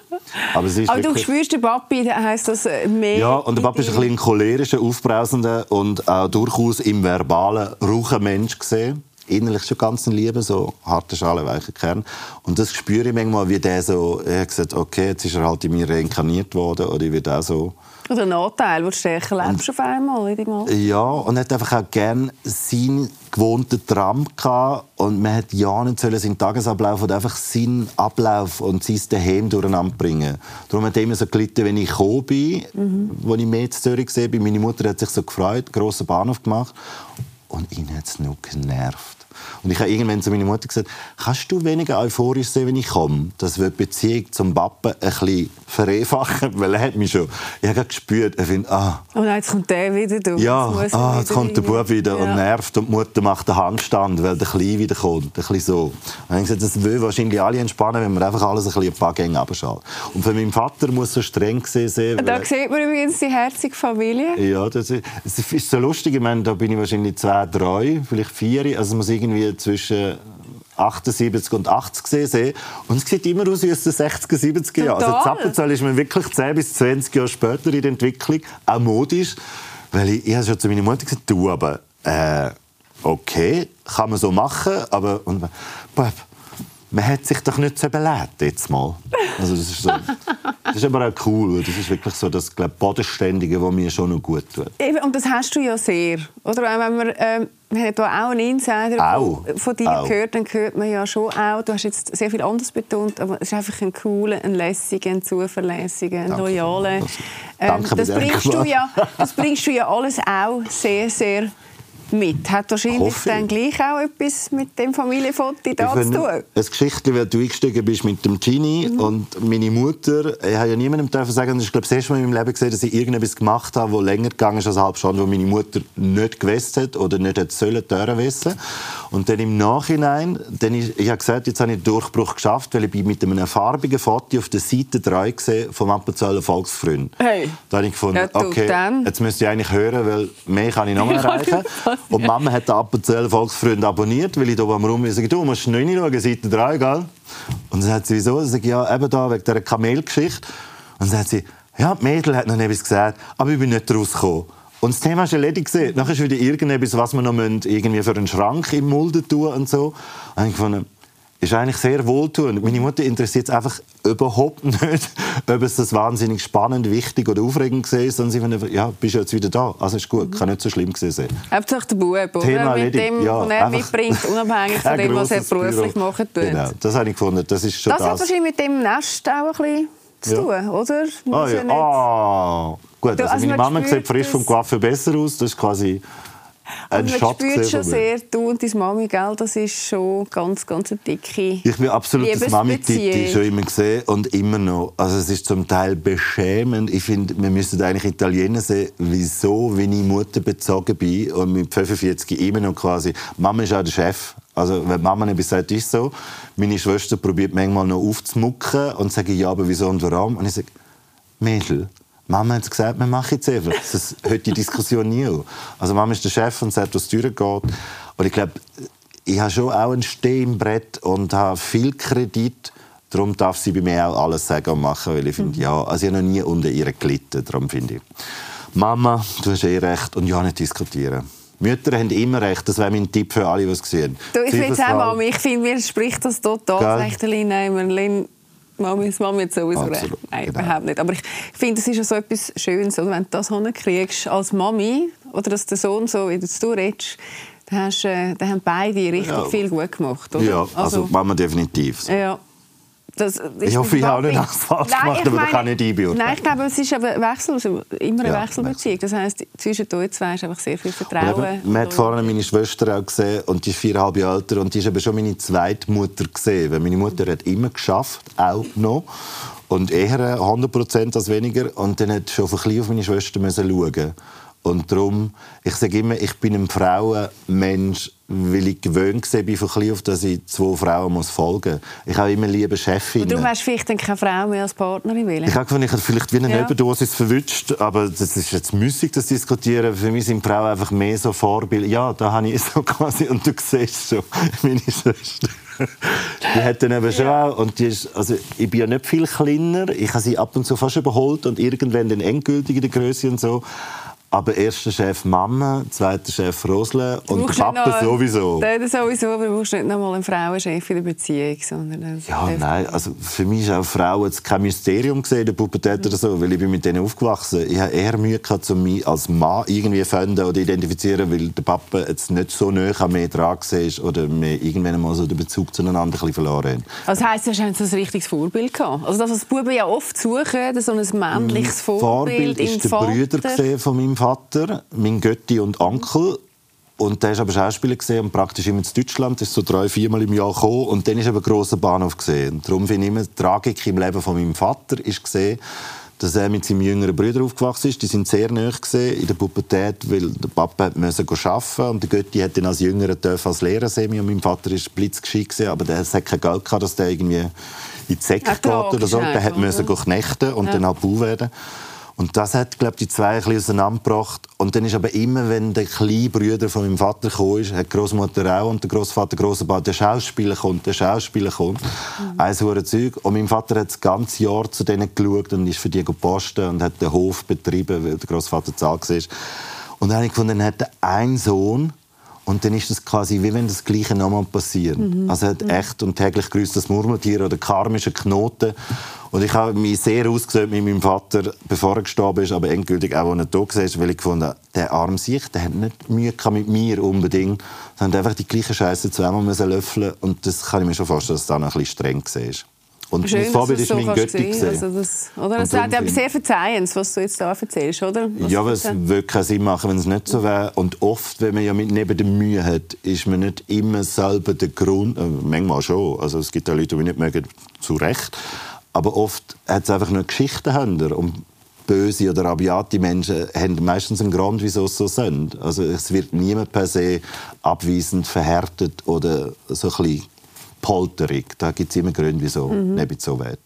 Aber, es ist Aber wirklich... du spürst den Papi, heisst das mehr... Ja, und der Papi ist ein bisschen ein cholerischer, aufbrausender und auch durchaus im verbalen rauchen Mensch gesehen. Innerlich schon ganz ein Liebe, so harte Schale, weicher Kern. Und das spüre ich manchmal, wie der so... Er hat gesagt, okay, jetzt ist er halt in mir reinkarniert worden, oder ich werde auch so... Oder ein Nachteil, wo du stärker lebst auf einmal in deinem Alter. Ja, und er hat einfach auch gerne seinen gewohnten Tram gehabt. Und man hat ja nicht seinen Tagesablauf oder einfach seinen Ablauf und sein Daheim durcheinander bringen. Darum hat er immer so gelitten, wenn ich gekommen bin, mhm. wo ich mehr in Zürich gesehen bin. Meine Mutter hat sich so gefreut, einen grossen Bahnhof gemacht. Und ihn hat es nur genervt. Und ich habe irgendwann zu meiner Mutter gesagt, kannst du weniger euphorisch sein, wenn ich komme? Das wird die Beziehung zum Papa ein bisschen vereinfachen, weil er hat mich schon... Ich habe gespürt, er findet, ah... Oh nein, jetzt kommt der wieder, du. Ja, jetzt, ah, jetzt kommt der Bub wieder ja. und nervt und die Mutter macht den Handstand, weil der Kleine wieder kommt. Ein bisschen so. Und ich habe gesagt, das will wahrscheinlich alle entspannen, wenn man einfach alles ein, bisschen ein paar Gänge runterschaltet. Und für meinen Vater muss so streng gesehen sein. Da sieht man übrigens die herzige Familie. Ja, das ist, das ist so lustig. Ich meine, da bin ich wahrscheinlich zwei, drei, vielleicht vier. Also es muss irgendwie zwischen achtundsiebzig und achtzig sehen. Und es sieht immer aus wie aus den sechziger, siebziger Jahren. Also Zappenzahl ist man wirklich zehn bis zwanzig Jahre später in der Entwicklung, auch modisch. Weil ich, ich habe schon zu meiner Mutter gesagt, du, aber äh, okay, kann man so machen, aber und, Bub, man hat sich doch nicht so überlebt, jetzt mal. Also das ist so, das ist aber auch cool. Das ist wirklich so das, glaub, Bodenständige, was mir schon noch gut tut. Und das hast du ja sehr. Oder wenn man, ähm, wir haben hier auch einen Insider auch. von, von dir auch. gehört, dann hört man ja schon auch, du hast jetzt sehr viel anderes betont, aber es ist einfach ein cooler, ein lässiger, ein zuverlässiger, ein loyaler. Ähm, das, bringst du ja, das bringst du ja alles auch sehr, sehr mit. Hat wahrscheinlich dann gleich auch etwas mit dem Familienfoto da zu tun? Ein Geschichtchen, weil du eingestiegen bist mit dem Gini mhm. und meine Mutter, ich habe ja niemandem dürfen sagen, das ist glaube ich, das erste Mal in meinem Leben gesehen, dass ich irgendetwas gemacht habe, das länger gegangen ist als eine halbe Stunde, wo meine Mutter nicht gewusst hat oder nicht hätte sollen, dürfen wissen. Und dann im Nachhinein, dann ich, ich habe gesagt, jetzt habe ich den Durchbruch geschafft, weil ich mit einem farbigen Foto auf der Seite drei gesehen vom Appenzeller Volksfreund. Hey. Da habe ich gefunden, ja, okay, dann. Jetzt müsste ich eigentlich hören, weil mehr kann ich noch mehr erreichen. Und Mama hat den Appenzeller Volksfreund abonniert, weil ich da am Rum sage, du musst nicht reinschauen, Seite drei, gell? Und dann sagt sie, wieso? Dann sage ich, ja, eben da, wegen dieser Kamelgeschichte. Und dann sagt sie, ja, die Mädel hat noch etwas gesagt, aber ich bin nicht rausgekommen. Und das Thema ist erledigt gesehen. Nachher ist wieder irgendetwas, was wir noch irgendwie für einen Schrank im Mulden tun und so. Und ich fand, ist eigentlich sehr wohltuend. Meine Mutter interessiert es einfach überhaupt nicht, ob es das wahnsinnig spannend, wichtig oder aufregend war, sondern sie finden, ja, bist du jetzt wieder da, also ist gut, kann nicht so schlimm gewesen sein. Hauptsache der Bub, oder? Mit dem, ja, was er mitbringt, unabhängig von dem, was er beruflich Büro. machen tut. Genau, das habe ich gefunden, das ist schon das. Das hat wahrscheinlich mit dem Nest auch ein bisschen zu tun, ja. Oder? Ah, ja. Ja ah, gut, also, also meine Mama sieht frisch vom Coiffeur besser aus, das ist quasi... Und man spürt schon sehr, du und deine Mami, gell, das ist schon ganz, ganz eine dicke Ich bin absolut das Mami-Titi schon immer gesehen und immer noch. Also es ist zum Teil beschämend. Ich finde, wir müssen eigentlich Italiener sehen, wieso, wenn ich Mutter bezogen bin und mit fünfundvierzig immer noch quasi... Mama ist auch der Chef. Also wenn Mama nicht sagt, ist so. Meine Schwester probiert manchmal noch aufzumucken und sagt, ja, aber wieso und warum? Und ich sage, Mädel, Mama hat gesagt, wir machen jetzt einfach. Das hört die Diskussion nie auf. Also Mama ist der Chef und sagt, was durchgeht. Und ich glaube, ich habe schon auch ein Steh im Brett und habe viel Kredit. Darum darf sie bei mir auch alles sagen und machen, weil ich finde, ja, also ich habe noch nie unter ihr gelitten. Darum finde ich, Mama, du hast eh recht und ja, nicht diskutieren. Mütter haben immer recht. Das wäre mein Tipp für alle, die es sehen. Du, ich finde auch, Mama, ich finde, mir spricht das total. Mami, Mami hat sowieso Absolut, recht. Nein, genau. Überhaupt nicht. Aber ich finde, es ist ja so etwas Schönes, oder? Wenn du das hinkriegst als Mami, oder dass der Sohn so, wie du redest, dann, hast, äh, dann haben beide richtig ja. viel gut gemacht. Oder? Ja, also, also Mama definitiv. Ja. Das ich hoffe, ich habe auch nicht alles falsch Nein, gemacht, aber meine, das kann ich nicht einbeurteilen. Nein, ich glaube, es ist aber Wechsel, immer eine Ja, Wechselbeziehung. Das heisst, zwischen euch zwei ist einfach sehr viel Vertrauen. Eben, man hat vorhin meine Schwester auch gesehen, und die ist viereinhalb Jahre älter, und die ist eben schon meine zweite Mutter gesehen. Weil meine Mutter hat immer geschafft, auch noch. Und eher hundert Prozent als weniger. Und dann hat schon von klein auf meine Schwester müssen schauen. Und darum, ich sage immer, ich bin ein Frauenmensch, weil ich gewöhnt war von klein auf, dass ich zwei Frauen muss folgen muss. Ich habe immer liebe Chefinnen. Und darum hast du vielleicht dann keine Frau mehr als Partnerin wollen? Ich habe gefunden, ich habe vielleicht wie eine Ja. Nebendosis verwünscht, aber das ist jetzt müßig, das diskutieren. Für mich sind Frauen einfach mehr so Vorbilder. Ja, da habe ich so quasi, und du siehst schon, meine Schwester. Die hat dann eben schon auch, und die ist, also ich bin ja nicht viel kleiner, ich habe sie ab und zu fast überholt und irgendwann dann endgültig in der Größe und so. Aber erster Chef Mama, zweiter Chef Rosle und der Papa sowieso. Das sowieso, aber du brauchst nicht noch mal einen Frauenchef in der Beziehung. Sondern ja, nein, also für mich ist auch Frauen jetzt kein Mysterium gesehen, der Pubertät oder so, weil ich bin mit denen aufgewachsen. Ich habe eher Mühe gehabt, um mich als Mann irgendwie zu finden oder identifizieren, weil der Papa jetzt nicht so nahe an mir dran war oder wir irgendwann einmal so den Bezug zueinander ein bisschen verloren haben. Also heisst, du hast ein richtiges Vorbild gehabt? Also das, was die Buben ja oft suchen, so ein männliches Vorbild, Vorbild ist der Brüder von meinem Vater, mein Götti und Onkel. Und der war aber Schauspieler gesehen und praktisch immer in Deutschland. Ist so drei, viermal im Jahr gekommen. Und dann ist aber ein grosser Bahnhof gesehen. Darum finde ich immer, die Tragik im Leben von meinem Vater ist gesehen, dass er mit seinem jüngeren Bruder aufgewachsen ist. Die sind sehr nahe gesehen in der Pubertät, weil der Papa musste arbeiten und der Götti hat dann als Jüngerer als Lehrer sehen. Und mein Vater war blitzgescheit gewesen, aber der hatte kein Geld gehabt, dass der irgendwie in die Säcke geht oder so. Der musste knechten und ja. dann halt Bau werden. Und das hat, glaube ich, die zwei ein bisschen auseinandergebracht. Und dann ist aber immer, wenn der kleine Bruder von meinem Vater kam, hat die Großmutter auch und der Großvater Großvater, der Schauspieler kommt, der Schauspieler kommt. Mhm. Ein so ein Zeug. Und mein Vater hat das ganze Jahr zu denen geschaut und ist für die gepostet und hat den Hof betrieben, weil der Großvater zahlt war. Und dann habe ich gefunden, dann hat er einen Sohn. Und dann ist das quasi, wie wenn das Gleiche nochmal passiert. Mhm. Also er hat echt und täglich grüßt das Murmeltier oder karmische Knoten. Und ich habe mich sehr ausgesöhnt mit meinem Vater, bevor er gestorben ist, aber endgültig auch, als er tot war, weil ich fand, der arme Sicht, der hat nicht Mühe mit mir unbedingt. Er hat einfach die gleiche Scheiße zweimal löffeln. Und das kann ich mir schon vorstellen, dass es dann ein bisschen streng war. Und schön, mein Vorbild ist so mein Götti. Also das, oder? Das ist ja sehr verzeihend, was du jetzt da erzählst, oder? Was ja, aber es würde keinen Sinn machen, wenn es nicht so wäre. Und oft, wenn man ja mit neben der Mühe hat, ist man nicht immer selber der Grund. Äh, manchmal schon. Also es gibt ja Leute, die nicht mögen, zu Recht. Aber oft hat es einfach nur Geschichten hinter. Und böse oder rabiate Menschen haben meistens einen Grund, wieso es so sind. Also es wird niemand per se abweisend verhärtet oder so ein bisschen polterig. Da gibt es immer Gründe, wieso mhm. nicht so wird.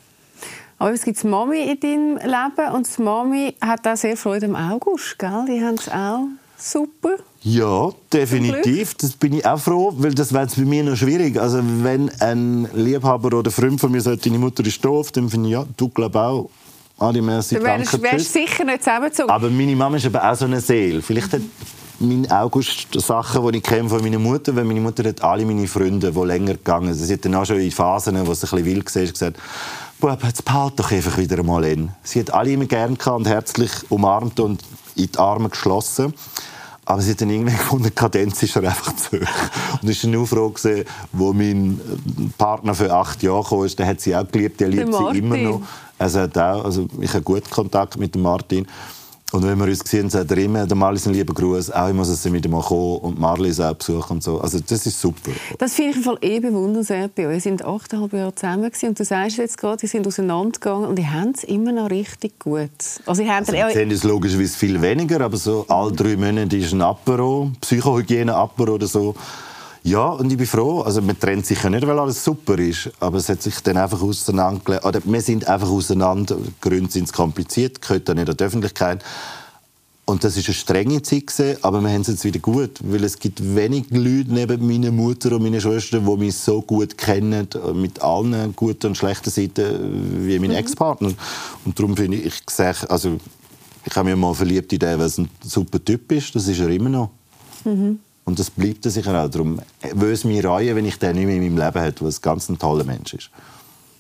Aber es gibt Mami in deinem Leben und die Mami hat auch sehr Freude am August, gell? Die haben es auch super. Ja, definitiv. Das bin ich auch froh, weil das wäre bei mir noch schwierig. Also wenn ein Liebhaber oder Freund von mir sagt, deine Mutter ist doof, dann finde ich, ja, du glaubst auch. Adi, merci, du wärst, danke, wärst sicher nicht zusammengezogen. Aber meine Mama ist aber auch so eine Seele. Vielleicht hat mein August Sachen, die ich kenne von meiner Mutter, weil meine Mutter hat alle meine Freunde, die länger gegangen sind. Sie hat dann auch schon in Phasen, wo es ein bisschen wild war, gesagt, Bub, jetzt behalt doch einfach wieder einmal in. Sie hat alle immer gern und herzlich umarmt und in die Arme geschlossen. Aber sie hat dann irgendwann gefunden, die Kadenz ist einfach zu hoch. Und es war nur froh, als mein Partner für acht Jahre kam, der hat sie auch geliebt, der liebt sie immer noch. Also, hat auch, also ich habe guten Kontakt mit dem Martin. Und wenn wir uns sehen, sagt er immer, der Marli ist ein lieber Gruß, auch immer, dass sie wieder mal kommen und Marli ist auch besuchen und so. Also das ist super. Das finde ich im Fall eh bewundernswert bei euch. Wir sind achteinhalb Jahre zusammen gewesen, und du sagst jetzt gerade, die sind auseinandergegangen und die haben es immer noch richtig gut. Also die haben also, wir sehen es logischerweise viel weniger, aber so alle drei Monate ist ein Apero, Psychohygiene-Apero oder so. Ja, und ich bin froh. Also man trennt sich ja nicht, weil alles super ist, aber es hat sich dann einfach auseinandergelegt. Oder wir sind einfach auseinander. Die Gründe sind kompliziert, gehört dann nicht an die Öffentlichkeit. Und das war eine strenge Zeit gewesen, aber wir haben es jetzt wieder gut, weil es gibt wenig Leute neben meiner Mutter und meiner Schwester, die mich so gut kennen, mit allen guten und schlechten Seiten, wie mein mhm. Ex-Partner. Und darum finde ich, ich sage, also ich habe mich mal verliebt in den, weil es ein super Typ ist. Das ist er immer noch. Mhm. Und das bleibt er sicher auch. Darum würde es mich reuen, wenn ich den nicht mehr in meinem Leben hätte, weil es ganz ein toller Mensch ist.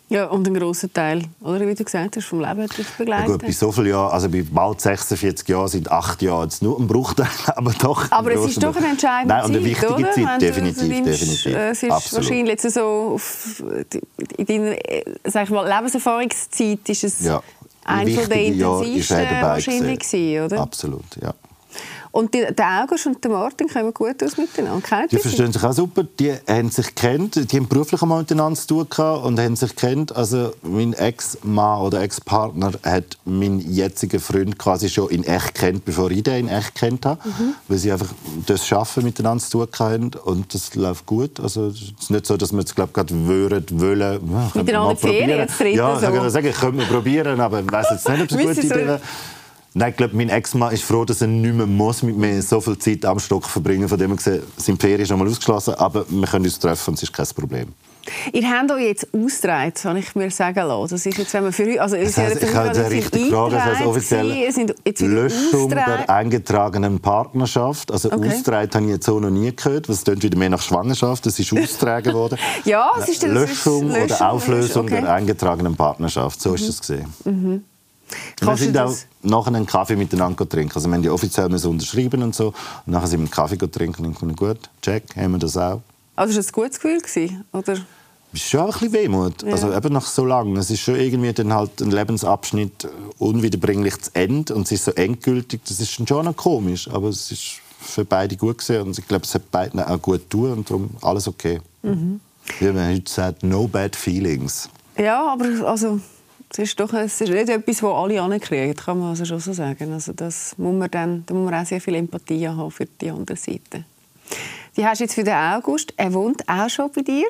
Ja, und einen grossen Teil, oder wie du gesagt hast, vom Leben hat dich begleitet. Ja gut, bei so vielen Jahren, also bei bald sechsundvierzig Jahren sind acht Jahre jetzt nur ein Bruchteil, aber doch. Aber es ist doch eine entscheidende Nein, und eine wichtige Zeit, oder? Zeit, definitiv, du nimmst, definitiv. Es ist Absolut. wahrscheinlich jetzt so auf, in deiner, sag ich mal, Lebenserfahrungszeit ist es ja. ein von der intensivsten wahrscheinlich gewesen, oder? Absolut, ja. Und die, der August und der Martin kommen gut aus miteinander. Kennt Die ihr verstehen sich auch super. Die haben sich kennt, die haben beruflich einmal miteinander zu tun gehabt und haben sich kennt. Also mein Ex-Mann oder Ex-Partner hat meinen jetzigen Freund quasi schon in echt kennt, bevor ich den in echt kennt habe, mhm. weil sie einfach das Schaffen miteinander zu tun haben und das läuft gut. Also es ist nicht so, dass wir jetzt glaube gerade würden, wollen. Ja, miteinander in Ferien jetzt treten. Ja, so. ich kann sagen, ich könnte mal probieren, aber ich weiß jetzt nicht, ob es eine gute Idee wäre. Nein, ich glaube, mein Ex-Mann ist froh, dass er nicht mehr muss mit mir so viel Zeit am Stock verbringen. Von dem her gesehen, sind die Ferien schon mal ausgeschlossen, aber wir können uns treffen und es ist kein Problem. Ihr habt euch jetzt ausgetragen, kann ich mir sagen lassen. Das ist jetzt, wenn man für euch, also das heisst, ich habe eine richtige Frage. Das heisst offiziell Löschung der eingetragenen Partnerschaft. Also okay. Ausgetragen habe ich jetzt so noch nie gehört. Das klingt wieder mehr nach Schwangerschaft. Das ist ausgetragen worden. Ja, es ist Löschung, Löschung oder Auflösung okay. der eingetragenen Partnerschaft. So mhm. ist das gesehen. Mhm. Wir sind auch nachher einen Kaffee miteinander trinken. Also wir haben die offiziell unterschrieben und so. Und nachher sind wir einen Kaffee trinken und denken, gut, check, haben wir das auch. Also war das ein gutes Gefühl gewesen, oder? Es ist schon ein bisschen Wehmut. Ja. Also eben nach so lang. Es ist schon irgendwie dann halt ein Lebensabschnitt unwiederbringlich zu Ende und es ist so endgültig. Das ist schon noch komisch, aber es ist für beide gut gewesen und ich glaube, es hat beiden auch gut getan und darum alles okay. Mhm. Wie man heute sagt, no bad feelings. Ja, aber also es ist doch es ist nicht etwas, das alle ankriegen, kann man also schon so sagen. Also das muss man dann, da muss man auch sehr viel Empathie haben für die andere Seite. Die hast du jetzt für den August. Er wohnt auch schon bei dir?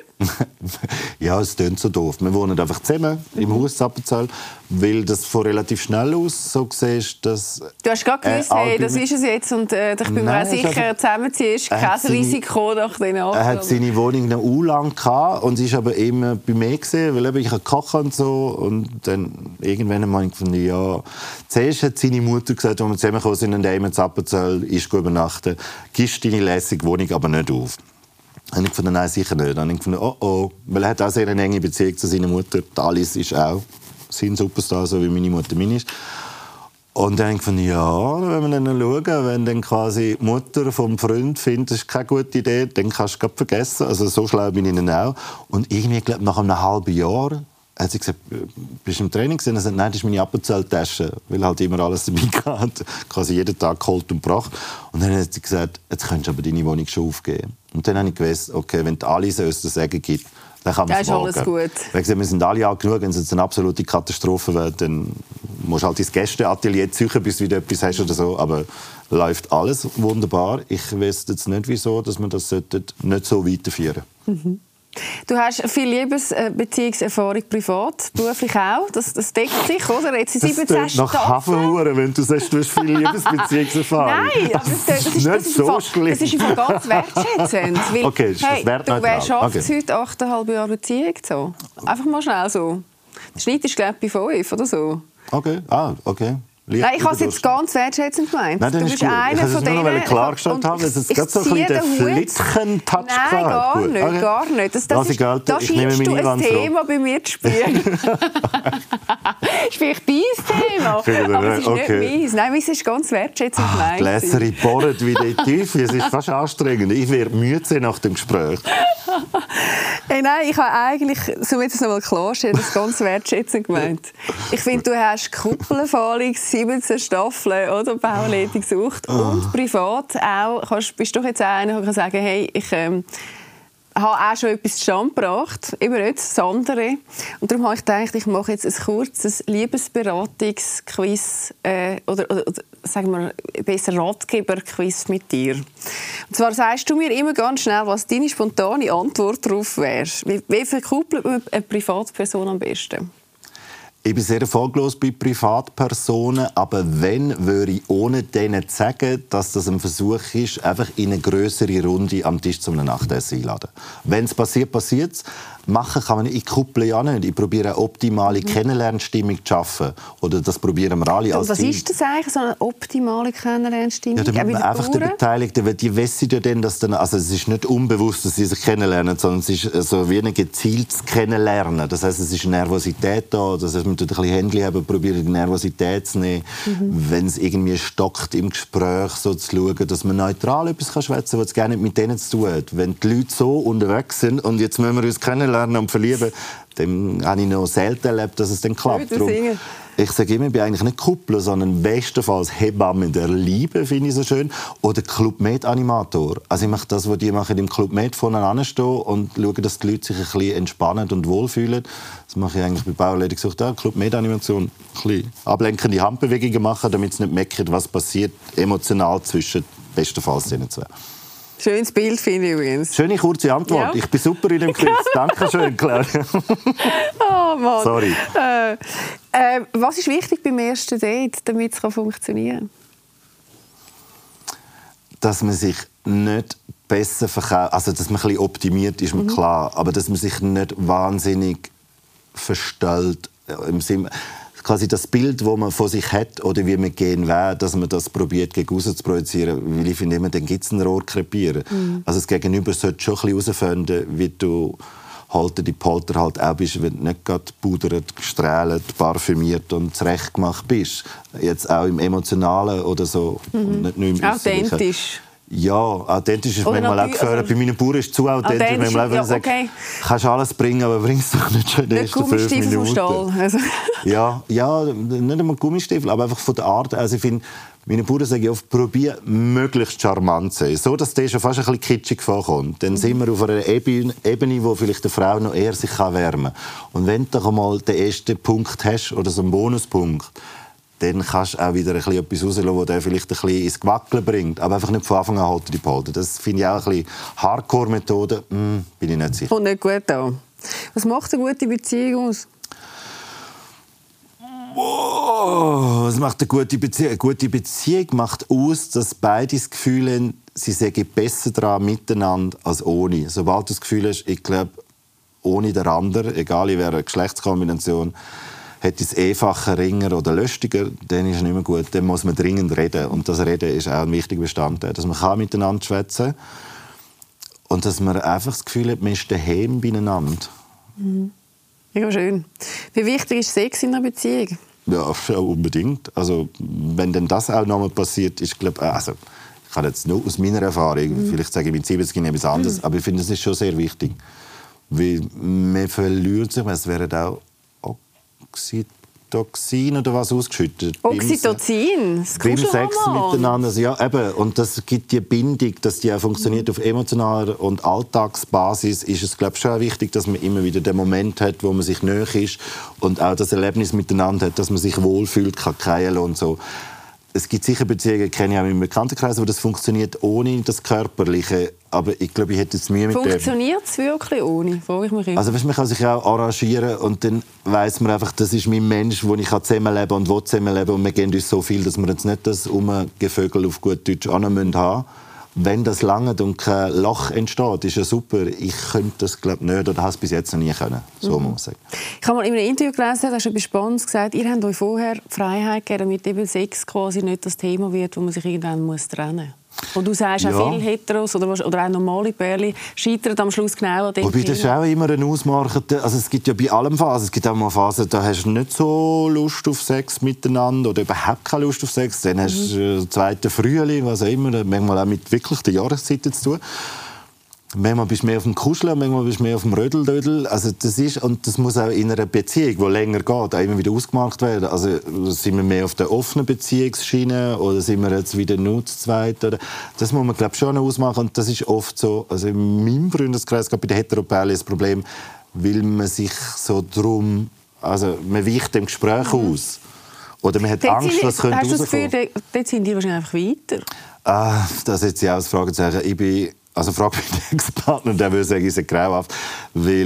Ja, es klingt so doof. Wir wohnen einfach zusammen im mhm. Haus Appenzell, weil das von relativ schnell aus so siehst, dass... Du hast gerade gewusst, äh, hey, das ist es jetzt und äh, ich bin mir auch sicher, zusammenziehen ist kein Risiko nach den Jahren. Er hat seine Wohnung noch u lang gehabt und ist aber immer bei mir gesehen, weil eben ich gekocht und so und dann irgendwann habe ich gefunden, ja, zuerst hat seine Mutter gesagt, als wir zusammengekommen sind und in Appenzell ist übernachten, gibst deine lässige Wohnung aber nicht auf. Und ich fand, nein, sicher nicht. Und ich fand, oh oh, weil er hat auch sehr eine enge Beziehung zu seiner Mutter. Die Alice ist auch sein Superstar, so wie meine Mutter meine ist. Und dann habe ich gedacht, ja, wenn wir dann schauen, wenn dann quasi die Mutter vom Freund findet, das ist keine gute Idee, dann kannst du es vergessen. Also so schlau bin ich dann auch. Und irgendwie, glaube nach einem halben Jahr hat sie gesagt, bist du im Training gesehen? Also, nein, das ist meine Appenzell-Tasche, weil halt immer alles dabei hatte, quasi jeden Tag geholt und gebracht. Und dann hat sie gesagt, jetzt könntest du aber deine Wohnung schon aufgeben. Und dann habe ich gewusst, okay, wenn die Alice uns das Sagen gibt, dann kann man es wagen. Ist alles gut. Wir, gesagt, wir sind alle alt genug, wenn es jetzt eine absolute Katastrophe wird, dann musst du halt ins Gästeatelier suchen, bis du wieder etwas hast oder so. Aber läuft alles wunderbar. Ich weiß jetzt nicht, wieso, dass wir das nicht so weiterführen sollten. Mhm. Du hast viel Liebesbeziehungserfahrung privat, beruflich auch. Das, das deckt sich, oder? Jetzt sind siebzehn Staffeln. Nach Hafenhuren, wenn du sagst, du hast viel Liebesbeziehungserfahrung. Nein, aber das, das, das, ist, das, ist so Fall, das ist einfach ganz wertschätzend. Weil, okay, das ist hey, wertneutral. Du, wer schafft okay. heute achteinhalb Jahre Beziehung? So? Einfach mal schnell so. Der Schnitt ist, glaube ich, bei fünf oder so. Okay, ah, okay. Nein, ich habe es jetzt ganz wertschätzend gemeint. Nein, du bist einer ich von denen. Ich klargestellt haben, dass es gerade so ein bisschen den Flicken-Touch Nein, gar nicht, okay. gar nicht. Das, das ist, da scheinst du ein Thema bei mir zu spielen. Das ist vielleicht dein Thema, aber es ist okay. nicht meins. Nein, meins ist ganz wertschätzend gemeint. Die Leserin bohrt wie die Teufel. Es ist fast anstrengend. Ich werde müde nach dem Gespräch. Hey, nein, ich habe eigentlich, so jetzt noch mal klarstellen, das ganz wertschätzend gemeint. Ich finde, du hast Kuppelerfahrung, siebzehn Staffeln, oder? Bauleitung gesucht. Und privat auch. Kannst, bist du doch jetzt einer, der kann sagen, hey, ich ähm, habe auch schon etwas zustande gebracht. Immer jetzt das andere. Und darum habe ich gedacht, ich mache jetzt ein kurzes Liebesberatungsquiz äh, oder, oder, oder sagen wir besser Ratgeber-Quiz mit dir. Und zwar sagst du mir immer ganz schnell, was deine spontane Antwort darauf wäre. Wie, wie verkuppelt man eine Privatperson am besten? Ich bin sehr erfolglos bei Privatpersonen, aber wenn, würde ich ohne denen sagen, dass das ein Versuch ist, einfach in eine grössere Runde am Tisch zum Nachtessen einladen. Wenn es passiert, passiert es. machen kann man nicht. Ich kupple ja nicht. Ich probiere eine optimale mhm. Kennenlernstimmung zu schaffen. Oder das probieren wir alle als Was Team. ist das eigentlich, so eine optimale Kennenlernstimmung? Ja, damit man einfach den Beteiligten, weil die wissen ja dann, dass dann, also es ist nicht unbewusst, dass sie sich kennenlernen, sondern es ist so wie ein gezieltes Kennenlernen. Das heisst, es ist Nervosität da, das heißt, man tut ein bisschen Händchen haben, probiert die Nervosität zu nehmen. Mhm. Wenn es irgendwie stockt im Gespräch, so zu schauen, dass man neutral etwas schwätzen kann, was es gerne nicht mit denen zu tun hat. Wenn die Leute so unterwegs sind und jetzt müssen wir uns kennenlernen und verlieben, dann habe ich noch selten erlebt, dass es dann klappt. Darum, ich sage immer, ich bin eigentlich nicht Kuppler, sondern bestenfalls Hebamme der Liebe, finde ich so schön. Oder Club Med Animator. Also ich mache das, was die machen, im Club Med voneinander stehen und schauen, dass die Leute sich ein bisschen entspannen und wohlfühlen. Das mache ich eigentlich bei Bauerledig gesucht. Ja, Club Med Animation. Ein bisschen ablenkende Handbewegungen machen, damit es nicht meckert, was passiert emotional zwischen bestenfalls denen zwei. Schönes Bild, finde ich übrigens. Schöne, kurze Antwort. Ja. Ich bin super in dem Quiz. Danke schön, Claudia. Oh Mann. Sorry. Äh, äh, was ist wichtig beim ersten Date, damit es funktionieren kann? Dass man sich nicht besser verkauft. Also, dass man ein bisschen optimiert, ist mir mhm. klar. Aber dass man sich nicht wahnsinnig verstellt. Im Sinne, quasi das Bild, das man von sich hat oder wie man gehen will, dass man das probiert, gegen aussen zu projizieren. Weil ich finde immer, dann gibt es ein Rohrkrepieren. Mhm. Also das Gegenüber sollte schon ein bisschen herausfinden, wie du halter die Polter halt auch bist, wenn du nicht gerade pudert, gestrahlt, parfümiert und zurechtgemacht bist. Jetzt auch im Emotionalen oder so. Mhm. Und nicht nur im authentisch. Ja, authentisch ist oder manchmal auch gefährdet. Also bei meinen Bauern ist es zu authentisch. authentisch manchmal, ja, okay. Sagen, kannst alles bringen, aber bring es doch nicht schon in den ersten fünf Minuten. Vom Stall. Also. ja, ja, nicht einmal Gummistiefel, aber einfach von der Art. Also ich finde, meine Bauern sagen oft, probier möglichst charmant zu sein. So, dass der schon fast ein bisschen kitschig vorkommt. Dann mhm. sind wir auf einer Ebene, Ebene, wo vielleicht eine Frau noch eher sich wärmen kann. Und wenn du doch einmal den ersten Punkt hast, oder so einen Bonuspunkt, dann kannst du auch wieder ein bisschen etwas rauslassen, das dich vielleicht ein bisschen ins Gewackeln bringt. Aber einfach nicht von Anfang an halten die Polter. Das finde ich auch ein bisschen Hardcore-Methode. Hm, bin ich nicht sicher. Und nicht gut an. Was macht eine gute Beziehung aus? Oh, was macht eine gute Beziehung? Eine gute Beziehung macht aus, dass beide das Gefühl haben, sie seien besser daran miteinander als ohne. Sobald du das Gefühl hast, ich glaube, ohne den anderen, egal in welcher Geschlechtskombination, hat es einfacher, ringer oder lustiger, dann ist es nicht mehr gut. Dann muss man dringend reden. Und das Reden ist auch ein wichtiger Bestandteil. Dass man kann miteinander schwätzen und dass man einfach das Gefühl hat, man ist daheim beieinander. Mhm. Ja, schön. Wie wichtig ist Sex in einer Beziehung? Ja, unbedingt. Also, wenn denn das auch noch mal passiert, ist, glaube also, ich kann jetzt nur aus meiner Erfahrung, mhm. vielleicht sage ich mit siebzig etwas anderes, mhm. aber ich finde, es ist schon sehr wichtig. Weil man verliert sich, es wären auch Oxytocin oder was ausgeschüttet. Oxytocin? Das beim Sex miteinander. Ja, eben. Und das gibt die Bindung, dass die auch funktioniert. Mhm. Auf emotionaler und Alltagsbasis ist es, glaube ich, schon wichtig, dass man immer wieder den Moment hat, wo man sich näher ist und auch das Erlebnis miteinander hat, dass man sich wohlfühlt, kann keilen und so. Es gibt sicher Beziehungen, kenne ich auch im Bekanntenkreis, wo das funktioniert ohne das Körperliche. Aber ich glaube, ich hätte jetzt Mühe mit dem. Funktioniert es wirklich ohne? Frage ich mich immer. Also, weißt, man kann sich auch arrangieren und dann weiss man einfach, das ist mein Mensch, den ich zusammenleben kann und will zusammenleben. Und wir geben uns so viel, dass wir jetzt nicht das Umgevögel auf gut Deutsch annehmen haben. Wenn das lange und kein Loch entsteht, ist ja super. Ich könnte das, glaube ich, nicht oder habe es bis jetzt noch nie können. So mhm. muss ich sagen. Ich habe mal in einem Interview gelesen, da hast du etwas Spannendes gesagt, ihr habt euch vorher die Freiheit gegeben, damit eben Sex quasi nicht das Thema wird, wo man sich irgendwann muss trennen muss. Und du sagst, ja. auch viele Heteros oder, oder auch normale Pärchen scheitern am Schluss genau an dem Wobei, das ist auch immer ein Ausmacher. Also es gibt ja bei allem Phasen. Es gibt auch mal Phasen, da hast du nicht so Lust auf Sex miteinander oder überhaupt keine Lust auf Sex. Dann mhm. hast du den zweiten Frühling, was auch immer. Manchmal auch mit wirklich der Jahreszeiten zu tun. Manchmal bist du mehr auf dem Kuscheln, manchmal bist du mehr auf dem Rödeldödel. Also das ist, und das muss auch in einer Beziehung, die länger geht, auch immer wieder ausgemacht werden. Also sind wir mehr auf der offenen Beziehungsschiene oder sind wir jetzt wieder nur zu zweit? Oder das muss man, glaube ich, schon ausmachen. Und das ist oft so, also in meinem Freundeskreis, gerade bei den Heteropärchen, das Problem, weil man sich so drum, also man weicht dem Gespräch mhm. aus. Oder man hat dort Angst, was könnte rauskommen. Hast du das Gefühl, dort sind die wahrscheinlich einfach weiter? Ah, das ist jetzt auch das Fragezeichen. Ich bin Also frage mich den Ex-Partner, der würde sagen, ich sei grauhaft, weil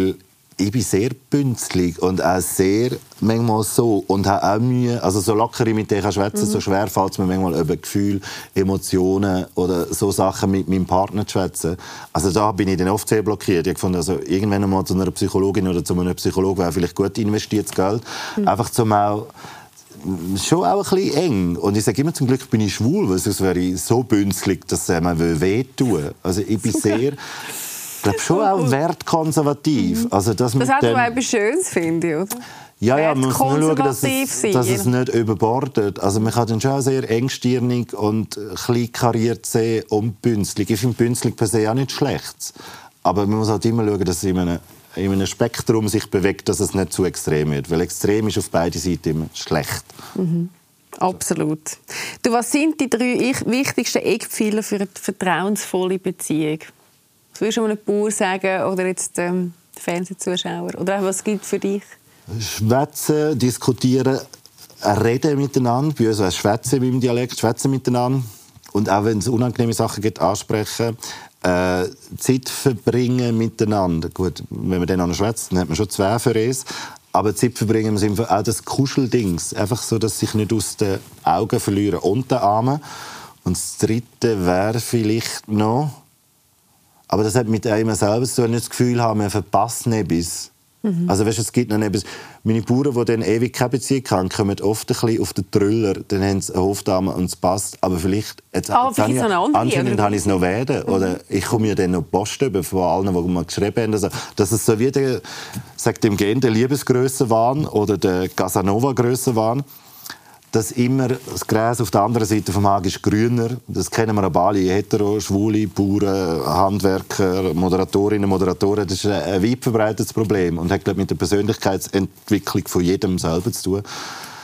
ich bin sehr bünzlig und auch sehr manchmal so und habe auch Mühe, also so locker ich mit dir schwätzen, mhm. so schwer fällt es mir manchmal über Gefühle, Emotionen oder so Sachen mit meinem Partner zu schwätzen. Also da bin ich dann oft sehr blockiert. Ich fand also irgendwann einmal zu einer Psychologin oder zu einem Psychologen wäre vielleicht gut investiertes Geld, mhm. einfach zum auch schon auch ein bisschen eng. Und ich sage immer, zum Glück bin ich schwul, weil sonst wäre ich so bünzlig, dass es mir wehtun will. Also ich bin sehr... Ich glaube schon auch wertkonservativ. Also das das hat aber etwas Schönes, finde ich, oder? Ja, ja, man muss nur schauen, dass es, dass es nicht überbordet. Also man kann dann schon sehr engstirnig und kleinkariert sehen und bünzlig. Ich finde bünzlig per se auch nicht schlecht. Aber man muss halt immer schauen, dass es in einem, in einem Spektrum sich bewegt, dass es nicht zu extrem wird. Weil extrem ist auf beiden Seiten immer schlecht. Mhm. Absolut. Du, was sind die drei wichtigsten Eckpfeiler für eine vertrauensvolle Beziehung? Was würdest du einem Bauer sagen oder jetzt ähm, den Fernsehzuschauer? Oder was gilt für dich? Schwätzen, diskutieren, reden miteinander. Bei uns heißt Schwätzen im Dialekt, schwätzen miteinander. Und auch wenn es unangenehme Sachen gibt, ansprechen. Äh, Zeit verbringen miteinander. Gut, wenn man dann noch schwätzt, dann hat man schon zwei für es. Aber Zeit verbringen im Sinne von auch das Kuscheldings. Einfach so, dass sich nicht aus den Augen verlieren und den Armen. Und das Dritte wäre vielleicht noch... Aber das hat mit einem selber zu tun, nicht das Gefühl haben, wir verpassen etwas. Mhm. Also weißt, es gibt noch etwas. Meine Bauern, die dann ewig keine Beziehung haben, kommen oft ein bisschen auf den Trüller. Dann haben sie eine Hofdame und es passt. Aber vielleicht... Jetzt, ah, vielleicht jetzt so eine andere, anscheinend habe ich es noch werden. Mhm. Oder ich komme ja dann noch Post über von allen, die mir geschrieben haben. Also, dass es so wie der, sagt dem Gen, der Liebesgrössenwahn oder der Casanova-Grössenwahn, dass immer das Gras auf der anderen Seite vom Hag ist grüner. Das kennen wir aber alle. Hetero, Schwule, Bauern, Handwerker, Moderatorinnen, Moderatoren. Das ist ein weit verbreitetes Problem und hat, glaube ich, mit der Persönlichkeitsentwicklung von jedem selber zu tun.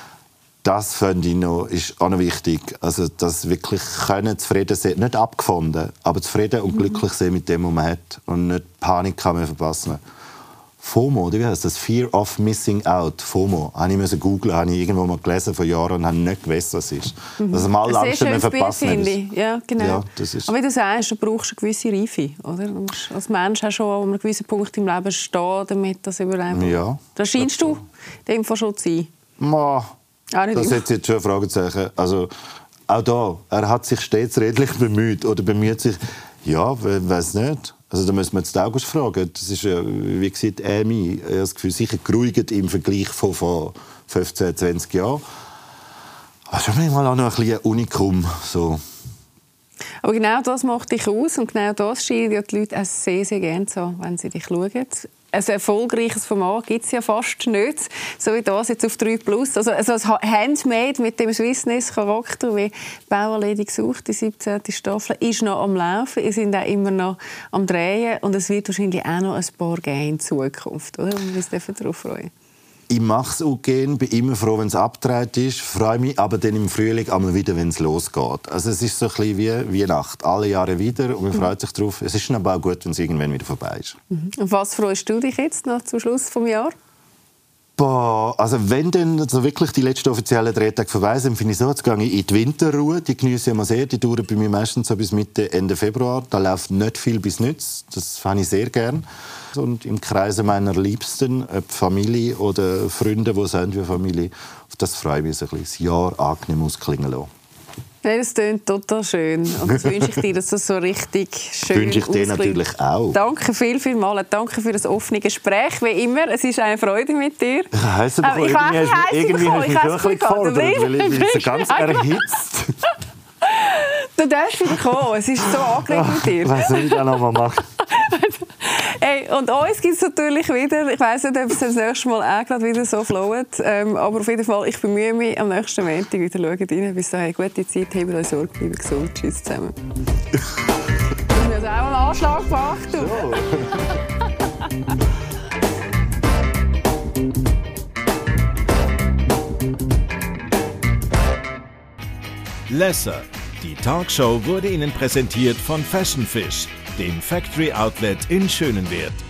Das, finde ich, noch, ist auch noch wichtig. Also, dass wirklich können zufrieden sein, nicht abgefunden, aber zufrieden und glücklich sein mit dem, was man hat. Und nicht Panik kann man verpassen. FOMO, oder wie heißt das? Fear of Missing Out. FOMO. Habe ich müssen googlen, habe ich irgendwo mal gelesen vor Jahren und habe nicht gewusst, was es ist. Mhm. Also mal ein sehr langsam verpassen. Finde ich. Ja, genau. Ja, das ist... Aber wie du sagst, du brauchst eine gewisse Reife. Oder? Du musst als Mensch auch schon an einem gewissen Punkt im Leben stehen, damit das überleben. Ja. Da scheinst du in dem Fall schon zu sein. Ma, das ist jetzt schon ein Fragezeichen. Also, auch da, er hat sich stets redlich bemüht. Oder bemüht sich... Ja, weiß nicht. Also da müssen wir jetzt August fragen. Das ist ja, wie gesagt, Amy, ich habe das Gefühl, sicher geruhigt im Vergleich von vor fünfzehn, zwanzig Jahren. Aber schon manchmal auch noch ein bisschen Unikum. So. Aber genau das macht dich aus und genau das scheinen ja die Leute auch sehr, sehr gerne zu haben, wenn sie dich schauen. Ein erfolgreiches Format gibt es ja fast nicht, so wie das jetzt auf drei plus. Also, also ein Handmade mit dem Swissness-Charakter, wie «Bauerlady gesucht», die siebzehnte Staffel, ist noch am Laufen. Ihr seid auch immer noch am Drehen und es wird wahrscheinlich auch noch ein paar geben in Zukunft, oder? Und wir dürfen darauf freuen. Ich mache es auch gerne, bin immer froh, wenn es abgedreht ist, freue mich aber dann im Frühling einmal wieder, wenn es losgeht. Also es ist so ein bisschen wie Weihnachten, alle Jahre wieder und man mhm. freut sich darauf. Es ist aber auch gut, wenn es irgendwann wieder vorbei ist. Mhm. Und was freust du dich jetzt noch zum Schluss des Jahres? Boah, also wenn dann so wirklich die letzten offiziellen Drehtage vorbei sind, finde ich so, jetzt gehe ich in die Winterruhe. Die genieße ich immer sehr. Die dauert bei mir meistens so bis Mitte, Ende Februar. Da läuft nicht viel bis nichts. Das fand ich sehr gern. Und im Kreise meiner Liebsten, ob Familie oder Freunde, die sind wie Familie, auf das freue ich mich so ein bisschen. Das Jahr angenehm ausklingen lassen. Ja, das klingt total schön. Und das wünsche ich dir, dass das so richtig schön wünsche ich dir natürlich auch. Danke viel, viel mal. Danke für das offene Gespräch, wie immer. Es ist eine Freude mit dir. Ich heiße aber irgendwie hast, irgendwie hast du mich schon ein bisschen gefordert, weil ich bin so ganz erhitzt. Du darfst wieder kommen. Es ist so angeregt mit dir. Was soll ich da noch mal machen? Hey, und uns gibt es natürlich wieder, ich weiss nicht, ob es das nächste Mal auch gerade wieder so flowt, ähm, aber auf jeden Fall, ich bemühe mich, am nächsten Montag wieder schauen rein. Bis dahin, gute Zeit, habt euch Sorge, bleibt gesund, tschüss zusammen. Du hast mir also auch einen Anschlag gemacht. Du. Lesser. Die Talkshow wurde Ihnen präsentiert von Fashion Fish, dem Factory Outlet in Schönenwerd.